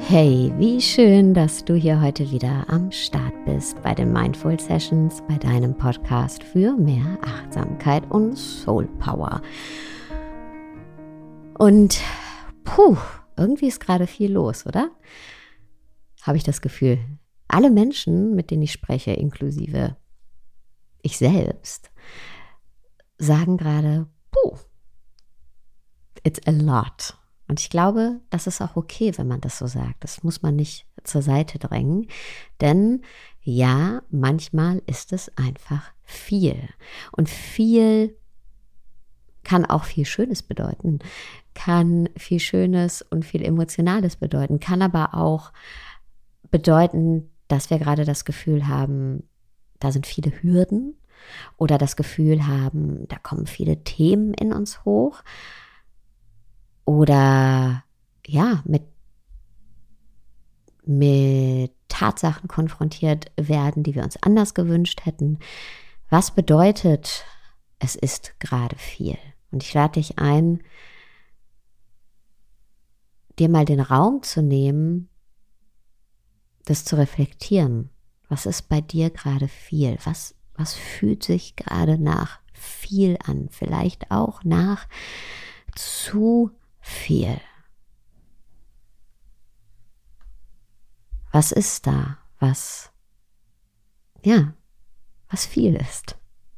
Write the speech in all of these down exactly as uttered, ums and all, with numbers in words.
Hey, wie schön, dass du hier heute wieder am Start bist bei den Mindful Sessions, bei deinem Podcast für mehr Achtsamkeit und Soul Power. Und puh, irgendwie ist gerade viel los, oder? Habe ich das Gefühl. Alle Menschen, mit denen ich spreche, inklusive ich selbst, sagen gerade, puh, it's a lot. Und ich glaube, das ist auch okay, wenn man das so sagt. Das muss man nicht zur Seite drängen. Denn ja, manchmal ist es einfach viel. Und viel kann auch viel Schönes bedeuten. Kann viel Schönes und viel Emotionales bedeuten. Kann aber auch bedeuten, dass wir gerade das Gefühl haben, da sind viele Hürden. Oder das Gefühl haben, da kommen viele Themen in uns hoch. Oder ja, mit, mit Tatsachen konfrontiert werden, die wir uns anders gewünscht hätten. Was bedeutet, es ist gerade viel? Und ich lade dich ein, dir mal den Raum zu nehmen, das zu reflektieren. Was ist bei dir gerade viel? Was, was fühlt sich gerade nach viel an? Vielleicht auch nach zu viel. Was ist da, was, ja, was viel ist?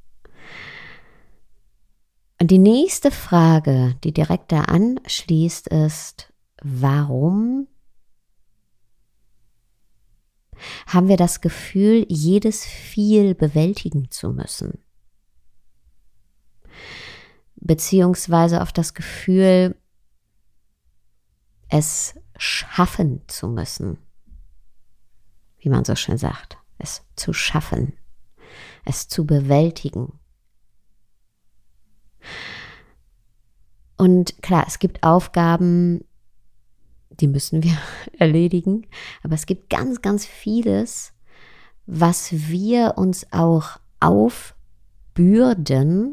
Und die nächste Frage, die direkt da anschließt, ist, warum haben wir das Gefühl, jedes viel bewältigen zu müssen? Beziehungsweise auf das Gefühl, es schaffen zu müssen, wie man so schön sagt, es zu schaffen, es zu bewältigen. Und klar, es gibt Aufgaben, die müssen wir erledigen, aber es gibt ganz, ganz vieles, was wir uns auch aufbürden,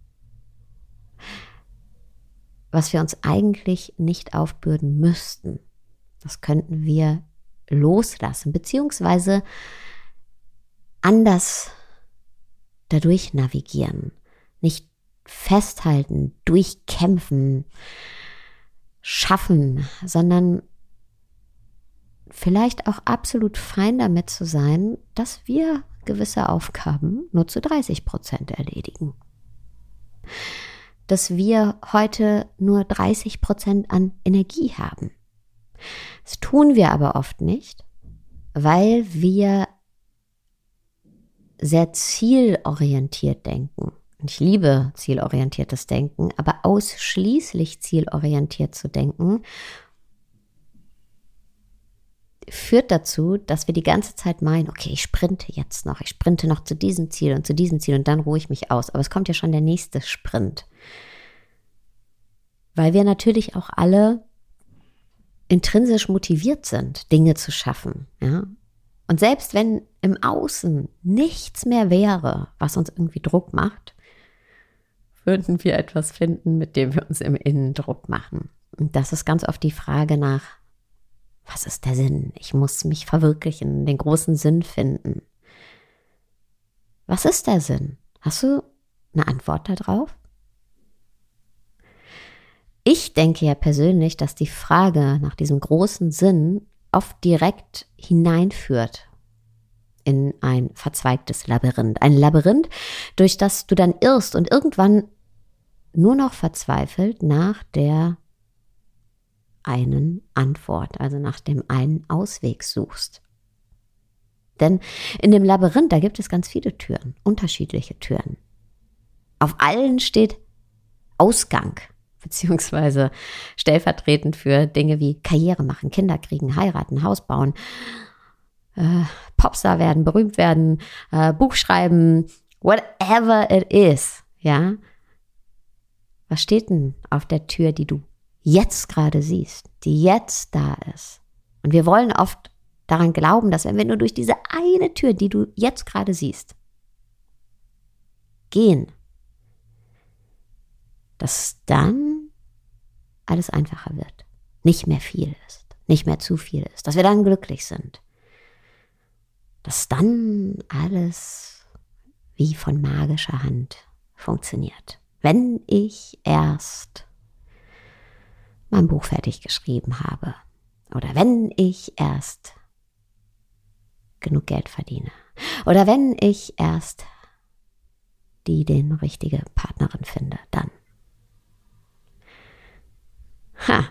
was wir uns eigentlich nicht aufbürden müssten. Das könnten wir loslassen, beziehungsweise anders dadurch navigieren. Nicht festhalten, durchkämpfen, schaffen, sondern vielleicht auch absolut fein damit zu sein, dass wir gewisse Aufgaben nur zu dreißig Prozent erledigen. Dass wir heute nur dreißig Prozent an Energie haben. Das tun wir aber oft nicht, weil wir sehr zielorientiert denken. Und ich liebe zielorientiertes Denken, aber ausschließlich zielorientiert zu denken, führt dazu, dass wir die ganze Zeit meinen, okay, ich sprinte jetzt noch, ich sprinte noch zu diesem Ziel und zu diesem Ziel und dann ruhe ich mich aus. Aber es kommt ja schon der nächste Sprint. Weil wir natürlich auch alle intrinsisch motiviert sind, Dinge zu schaffen. Ja? Und selbst wenn im Außen nichts mehr wäre, was uns irgendwie Druck macht, würden wir etwas finden, mit dem wir uns im Innen Druck machen. Und das ist ganz oft die Frage nach, was ist der Sinn? Ich muss mich verwirklichen, den großen Sinn finden. Was ist der Sinn? Hast du eine Antwort darauf? Ich denke ja persönlich, dass die Frage nach diesem großen Sinn oft direkt hineinführt in ein verzweigtes Labyrinth. Ein Labyrinth, durch das du dann irrst und irgendwann nur noch verzweifelt nach der einen Antwort, also nach dem einen Ausweg suchst. Denn in dem Labyrinth, da gibt es ganz viele Türen, unterschiedliche Türen. Auf allen steht Ausgang, beziehungsweise stellvertretend für Dinge wie Karriere machen, Kinder kriegen, heiraten, Haus bauen, äh, Popstar werden, berühmt werden, äh, Buch schreiben, whatever it is, ja. Was steht denn auf der Tür, die du jetzt gerade siehst, die jetzt da ist? Und wir wollen oft daran glauben, dass wenn wir nur durch diese eine Tür, die du jetzt gerade siehst, gehen, dass dann alles einfacher wird, nicht mehr viel ist. nicht mehr zu viel ist, dass wir dann glücklich sind, dass dann alles wie von magischer Hand funktioniert. Wenn ich erst mein Buch fertig geschrieben habe oder wenn ich erst genug Geld verdiene oder wenn ich erst die den richtige Partnerin finde, dann. Ha.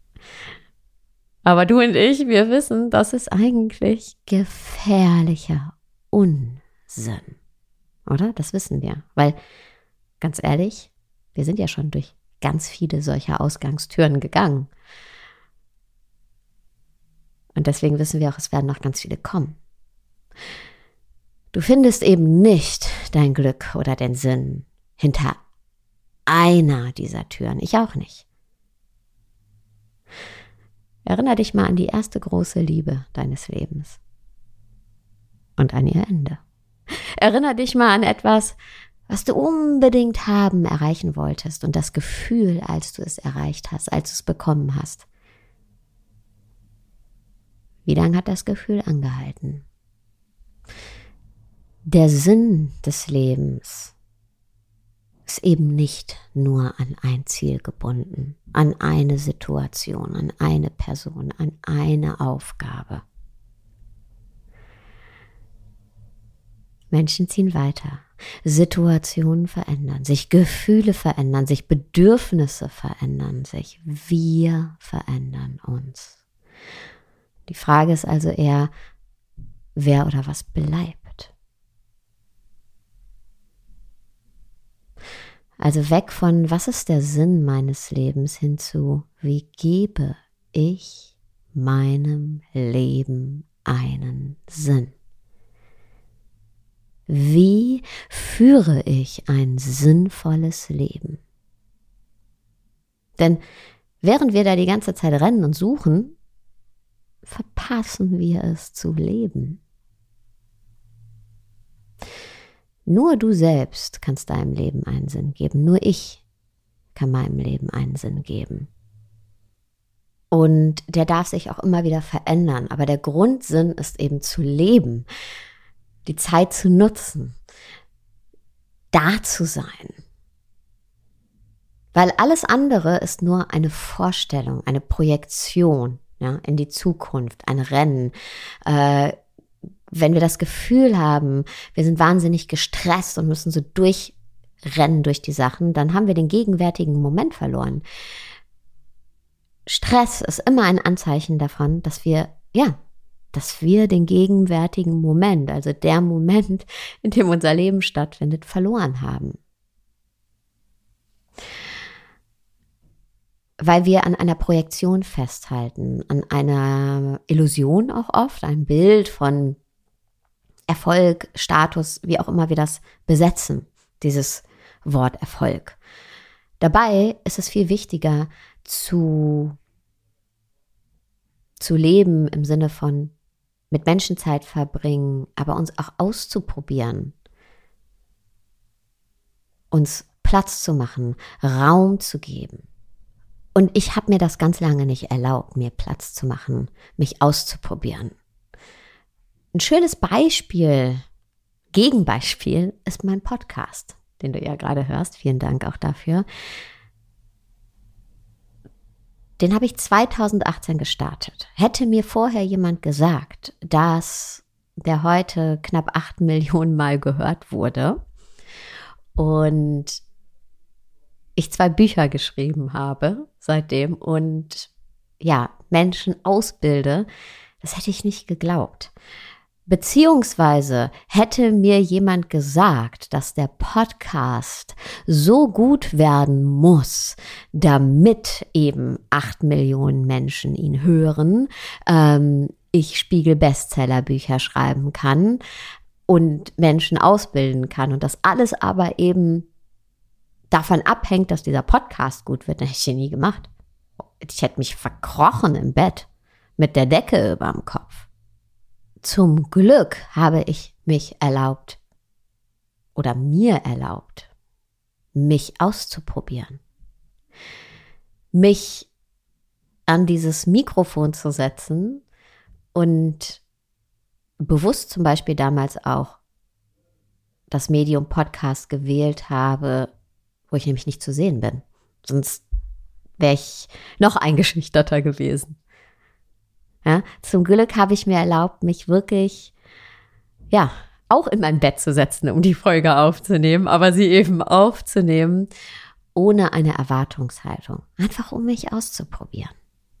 Aber du und ich, wir wissen, das ist eigentlich gefährlicher Unsinn. Oder? Das wissen wir. Weil, ganz ehrlich, wir sind ja schon durch ganz viele solcher Ausgangstüren gegangen. Und deswegen wissen wir auch, es werden noch ganz viele kommen. Du findest eben nicht dein Glück oder den Sinn hinter einer dieser Türen. Ich auch nicht. Erinnere dich mal an die erste große Liebe deines Lebens und an ihr Ende. Erinnere dich mal an etwas, was du unbedingt haben, erreichen wolltest und das Gefühl, als du es erreicht hast, als du es bekommen hast. Wie lange hat das Gefühl angehalten? Der Sinn des Lebens ist eben nicht nur an ein Ziel gebunden, an eine Situation, an eine Person, an eine Aufgabe. Menschen ziehen weiter, Situationen verändern sich, Gefühle verändern sich, Bedürfnisse verändern sich, wir verändern uns. Die Frage ist also eher, wer oder was bleibt. Also weg von, was ist der Sinn meines Lebens, hin zu, wie gebe ich meinem Leben einen Sinn? Wie führe ich ein sinnvolles Leben? Denn während wir da die ganze Zeit rennen und suchen, verpassen wir es zu leben. Nur du selbst kannst deinem Leben einen Sinn geben. Nur ich kann meinem Leben einen Sinn geben. Und der darf sich auch immer wieder verändern. Aber der Grundsinn ist eben zu leben, die Zeit zu nutzen, da zu sein. Weil alles andere ist nur eine Vorstellung, eine Projektion, ja, in die Zukunft, ein Rennen. Äh, wenn wir das Gefühl haben, wir sind wahnsinnig gestresst und müssen so durchrennen durch die Sachen, dann haben wir den gegenwärtigen Moment verloren. Stress ist immer ein Anzeichen davon, dass wir, ja, dass wir den gegenwärtigen Moment, also der Moment, in dem unser Leben stattfindet, verloren haben. Weil wir an einer Projektion festhalten, an einer Illusion auch oft, ein Bild von Erfolg, Status, wie auch immer wir das besetzen, dieses Wort Erfolg. Dabei ist es viel wichtiger zu, zu leben im Sinne von mit Menschen Zeit verbringen, aber uns auch auszuprobieren, uns Platz zu machen, Raum zu geben. Und ich habe mir das ganz lange nicht erlaubt, mir Platz zu machen, mich auszuprobieren. Ein schönes Beispiel, Gegenbeispiel, ist mein Podcast, den du ja gerade hörst. Vielen Dank auch dafür. Den habe ich zweitausendachtzehn gestartet. Hätte mir vorher jemand gesagt, dass der heute knapp acht Millionen Mal gehört wurde und ich zwei Bücher geschrieben habe seitdem und ja, Menschen ausbilde, das hätte ich nicht geglaubt. Beziehungsweise hätte mir jemand gesagt, dass der Podcast so gut werden muss, damit eben acht Millionen Menschen ihn hören, ähm, ich Spiegel-Bestseller-Bücher schreiben kann und Menschen ausbilden kann und das alles aber eben davon abhängt, dass dieser Podcast gut wird, dann hätte ich den nie gemacht. Ich hätte mich verkrochen im Bett mit der Decke überm Kopf. Zum Glück habe ich mich erlaubt oder mir erlaubt, mich auszuprobieren, mich an dieses Mikrofon zu setzen und bewusst zum Beispiel damals auch das Medium Podcast gewählt habe, wo ich nämlich nicht zu sehen bin. Sonst wäre ich noch eingeschüchterter gewesen. Ja, zum Glück habe ich mir erlaubt, mich wirklich, ja, auch in mein Bett zu setzen, um die Folge aufzunehmen, aber sie eben aufzunehmen, ohne eine Erwartungshaltung. Einfach um mich auszuprobieren.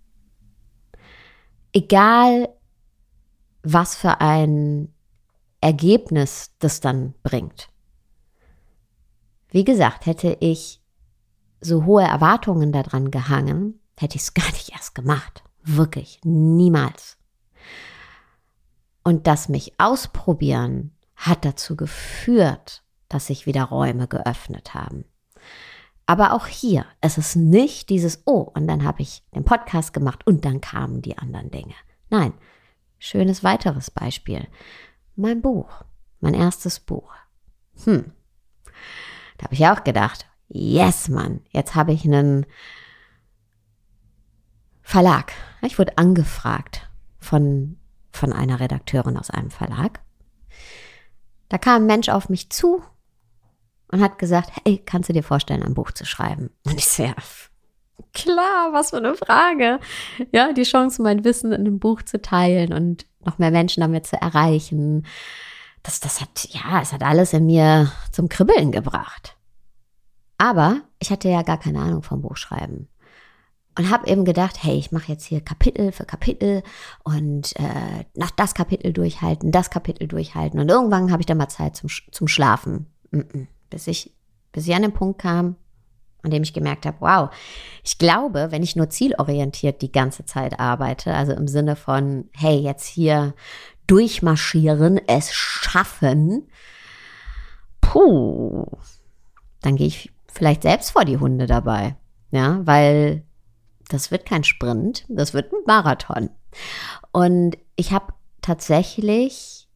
Egal, was für ein Ergebnis das dann bringt. Wie gesagt, hätte ich so hohe Erwartungen daran gehangen, hätte ich es gar nicht erst gemacht. Wirklich, niemals. Und das mich ausprobieren hat dazu geführt, dass sich wieder Räume geöffnet haben. Aber auch hier, es ist nicht dieses, oh, und dann habe ich den Podcast gemacht und dann kamen die anderen Dinge. Nein, schönes weiteres Beispiel. Mein Buch, mein erstes Buch. Hm, da habe ich auch gedacht, yes, Mann, jetzt habe ich einen Verlag. Ich wurde angefragt von, von einer Redakteurin aus einem Verlag. Da kam ein Mensch auf mich zu und hat gesagt, hey, kannst du dir vorstellen, ein Buch zu schreiben? Und ich so, ja, klar, was für eine Frage. Ja, die Chance, mein Wissen in einem Buch zu teilen und noch mehr Menschen damit zu erreichen. Das, das hat, ja, es hat alles in mir zum Kribbeln gebracht. Aber ich hatte ja gar keine Ahnung vom Buchschreiben. Und habe eben gedacht, hey, ich mache jetzt hier Kapitel für Kapitel und äh, nach das Kapitel durchhalten, das Kapitel durchhalten. Und irgendwann habe ich dann mal Zeit zum, zum Schlafen. Bis ich, bis ich an den Punkt kam, an dem ich gemerkt habe, wow, ich glaube, wenn ich nur zielorientiert die ganze Zeit arbeite, also im Sinne von, hey, jetzt hier durchmarschieren, es schaffen, puh, dann gehe ich vielleicht selbst vor die Hunde dabei. Ja, weil das wird kein Sprint, das wird ein Marathon. Und ich habe tatsächlich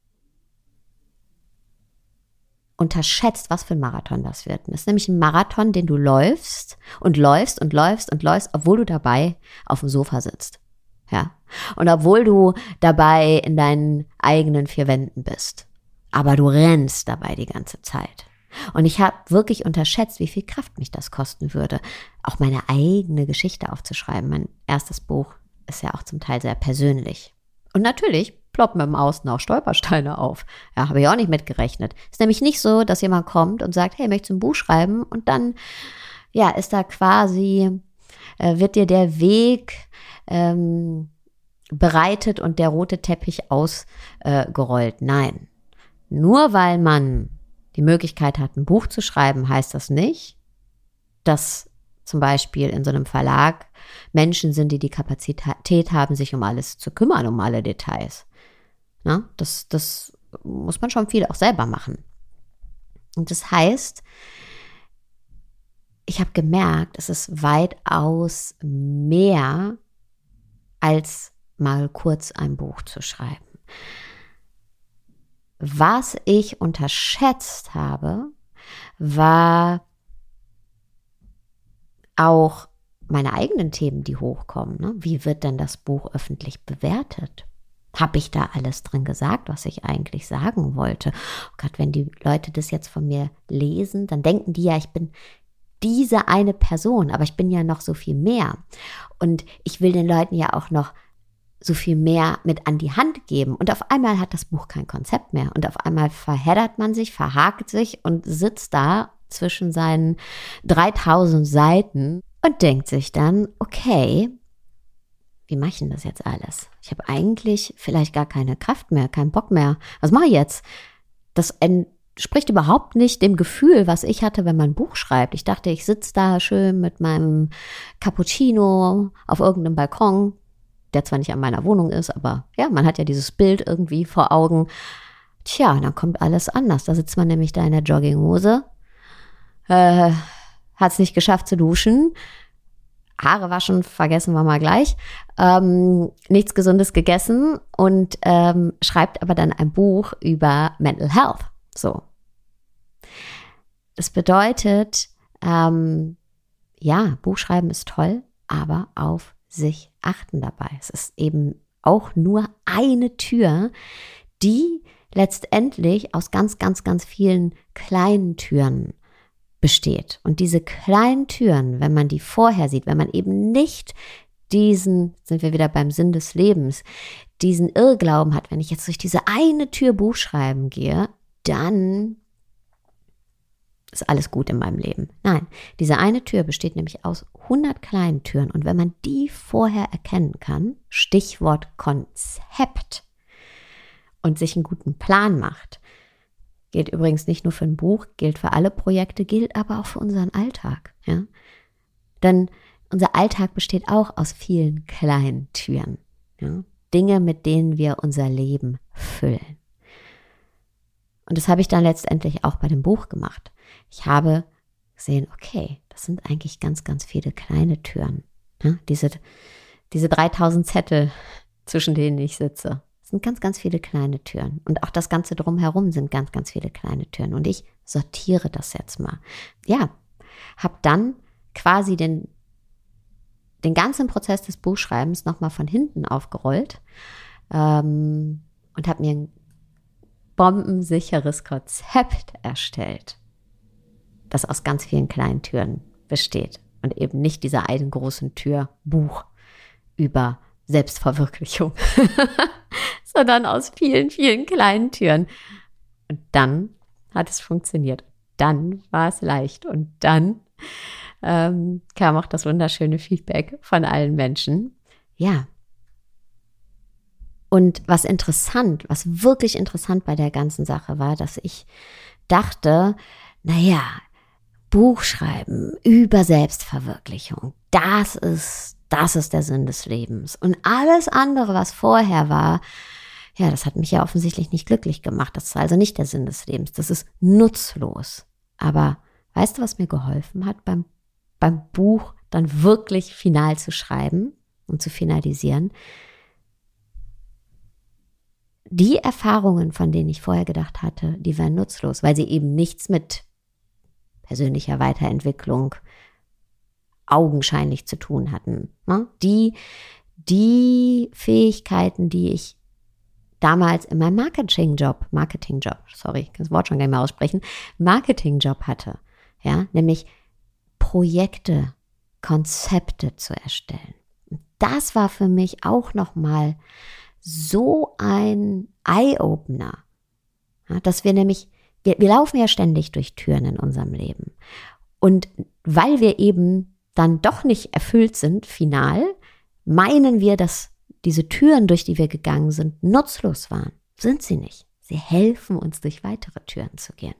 unterschätzt, was für ein Marathon das wird. Das ist nämlich ein Marathon, den du läufst und läufst und läufst und läufst, obwohl du dabei auf dem Sofa sitzt. Ja. Und obwohl du dabei in deinen eigenen vier Wänden bist. Aber du rennst dabei die ganze Zeit. Und ich habe wirklich unterschätzt, wie viel Kraft mich das kosten würde, auch meine eigene Geschichte aufzuschreiben. Mein erstes Buch ist ja auch zum Teil sehr persönlich. Und natürlich ploppen im Außen auch Stolpersteine auf. Ja, habe ich auch nicht mitgerechnet. Ist nämlich nicht so, dass jemand kommt und sagt, hey, möchtest du ein Buch schreiben? Und dann, ja, ist da quasi, äh, wird dir der Weg ähm, bereitet und der rote Teppich ausgerollt. Äh, Nein. Nur weil man die Möglichkeit hat, ein Buch zu schreiben, heißt das nicht, dass zum Beispiel in so einem Verlag Menschen sind, die die Kapazität haben, sich um alles zu kümmern, um alle Details. Na, das, das muss man schon viel auch selber machen. Und das heißt, ich habe gemerkt, es ist weitaus mehr, als mal kurz ein Buch zu schreiben. Was ich unterschätzt habe, war auch meine eigenen Themen, die hochkommen. Ne? Wie wird denn das Buch öffentlich bewertet? Habe ich da alles drin gesagt, was ich eigentlich sagen wollte? Oh Gott, wenn die Leute das jetzt von mir lesen, dann denken die ja, ich bin diese eine Person, aber ich bin ja noch so viel mehr. Und ich will den Leuten ja auch noch so viel mehr mit an die Hand geben. Und auf einmal hat das Buch kein Konzept mehr. Und auf einmal verheddert man sich, verhakt sich und sitzt da zwischen seinen dreitausend Seiten und denkt sich dann, okay, wie mache ich denn das jetzt alles? Ich habe eigentlich vielleicht gar keine Kraft mehr, keinen Bock mehr. Was mache ich jetzt? Das entspricht überhaupt nicht dem Gefühl, was ich hatte, wenn man ein Buch schreibt. Ich dachte, ich sitze da schön mit meinem Cappuccino auf irgendeinem Balkon, der zwar nicht an meiner Wohnung ist, aber ja, man hat ja dieses Bild irgendwie vor Augen. Tja, dann kommt alles anders. Da sitzt man nämlich da in der Jogginghose, äh, hat es nicht geschafft zu duschen, Haare waschen, vergessen wir mal gleich, ähm, nichts Gesundes gegessen und ähm, schreibt aber dann ein Buch über Mental Health. So. Das bedeutet, ähm, ja, Buchschreiben ist toll, aber auf sich achten dabei. Es ist eben auch nur eine Tür, die letztendlich aus ganz, ganz, ganz vielen kleinen Türen besteht. Und diese kleinen Türen, wenn man die vorher sieht, wenn man eben nicht diesen, sind wir wieder beim Sinn des Lebens, diesen Irrglauben hat, wenn ich jetzt durch diese eine Tür Buch schreiben gehe, dann ist alles gut in meinem Leben. Nein, diese eine Tür besteht nämlich aus hundert kleinen Türen. Und wenn man die vorher erkennen kann, Stichwort Konzept, und sich einen guten Plan macht, gilt übrigens nicht nur für ein Buch, gilt für alle Projekte, gilt aber auch für unseren Alltag. Ja? Denn unser Alltag besteht auch aus vielen kleinen Türen. Ja? Dinge, mit denen wir unser Leben füllen. Und das habe ich dann letztendlich auch bei dem Buch gemacht. Ich habe gesehen, okay, das sind eigentlich ganz, ganz viele kleine Türen. Ja? Diese, diese dreitausend Zettel, zwischen denen ich sitze. Sind ganz, ganz viele kleine Türen. Und auch das Ganze drumherum sind ganz, ganz viele kleine Türen. Und ich sortiere das jetzt mal. Ja, habe dann quasi den, den ganzen Prozess des Buchschreibens nochmal von hinten aufgerollt ähm, und habe mir ein bombensicheres Konzept erstellt, das aus ganz vielen kleinen Türen besteht. Und eben nicht dieser einen großen Tür Buch über Selbstverwirklichung, sondern aus vielen, vielen kleinen Türen. Und dann hat es funktioniert. Dann war es leicht. Und dann ähm, kam auch das wunderschöne Feedback von allen Menschen. Ja. Und was interessant, was wirklich interessant bei der ganzen Sache war, dass ich dachte, naja, Buch schreiben über Selbstverwirklichung, das ist Das ist der Sinn des Lebens. Und alles andere, was vorher war, ja, das hat mich ja offensichtlich nicht glücklich gemacht. Das ist also nicht der Sinn des Lebens. Das ist nutzlos. Aber weißt du, was mir geholfen hat, beim, beim Buch dann wirklich final zu schreiben und zu finalisieren? Die Erfahrungen, von denen ich vorher gedacht hatte, die wären nutzlos, weil sie eben nichts mit persönlicher Weiterentwicklung augenscheinlich zu tun hatten. Die, die Fähigkeiten, die ich damals in meinem Marketingjob, Marketingjob, sorry, ich kann das Wort schon gar nicht mehr aussprechen, Marketingjob hatte, ja, nämlich Projekte, Konzepte zu erstellen. Und das war für mich auch nochmal so ein Eye-Opener, ja, dass wir nämlich, wir, wir laufen ja ständig durch Türen in unserem Leben. Und weil wir eben dann doch nicht erfüllt sind, final, meinen wir, dass diese Türen, durch die wir gegangen sind, nutzlos waren. Sind sie nicht. Sie helfen uns, durch weitere Türen zu gehen.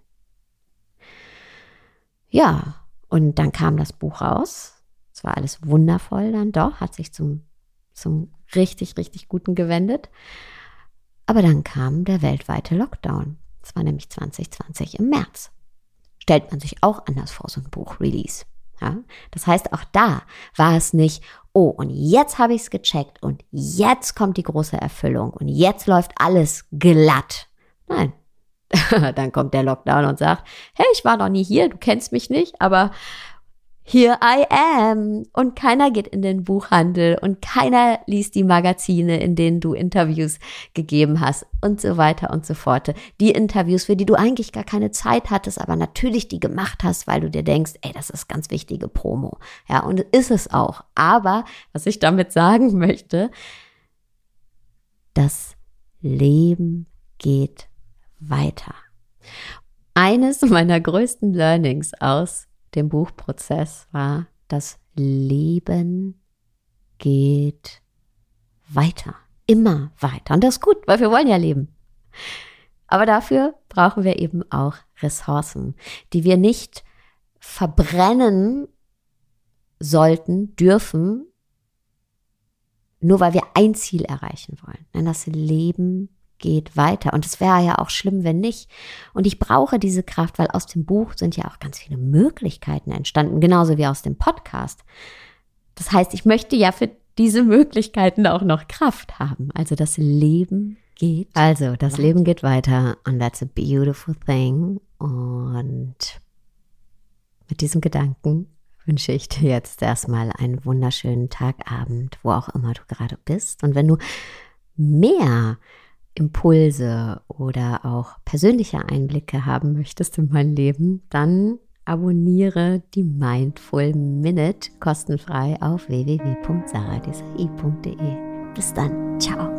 Ja, und dann kam das Buch raus. Es war alles wundervoll dann doch, hat sich zum, zum richtig, richtig Guten gewendet. Aber dann kam der weltweite Lockdown. Das war nämlich zwanzig zwanzig im März. Stellt man sich auch anders vor, so ein Buch-Release. Ja, das heißt, auch da war es nicht, oh, und jetzt habe ich es gecheckt und jetzt kommt die große Erfüllung und jetzt läuft alles glatt. Nein, dann kommt der Lockdown und sagt, hey, ich war noch nie hier, du kennst mich nicht, aber here I am. Und keiner geht in den Buchhandel und keiner liest die Magazine, in denen du Interviews gegeben hast und so weiter und so fort. Die Interviews, für die du eigentlich gar keine Zeit hattest, aber natürlich die gemacht hast, weil du dir denkst, ey, das ist ganz wichtige Promo. Ja, und ist es auch. Aber was ich damit sagen möchte, das Leben geht weiter. Eines meiner größten Learnings aus dem Buchprozess war, das Leben geht weiter, immer weiter. Und das ist gut, weil wir wollen ja leben. Aber dafür brauchen wir eben auch Ressourcen, die wir nicht verbrennen sollten, dürfen, nur weil wir ein Ziel erreichen wollen. Denn das Leben geht weiter. Und es wäre ja auch schlimm, wenn nicht. Und ich brauche diese Kraft, weil aus dem Buch sind ja auch ganz viele Möglichkeiten entstanden, genauso wie aus dem Podcast. Das heißt, ich möchte ja für diese Möglichkeiten auch noch Kraft haben. Also das Leben geht Also das weiter. Leben geht weiter und that's a beautiful thing. Und mit diesem Gedanken wünsche ich dir jetzt erstmal einen wunderschönen Tagabend, wo auch immer du gerade bist. Und wenn du mehr Impulse oder auch persönliche Einblicke haben möchtest in mein Leben, dann abonniere die Mindful Minute kostenfrei auf w w w punkt sarah desai punkt de. Bis dann. Ciao.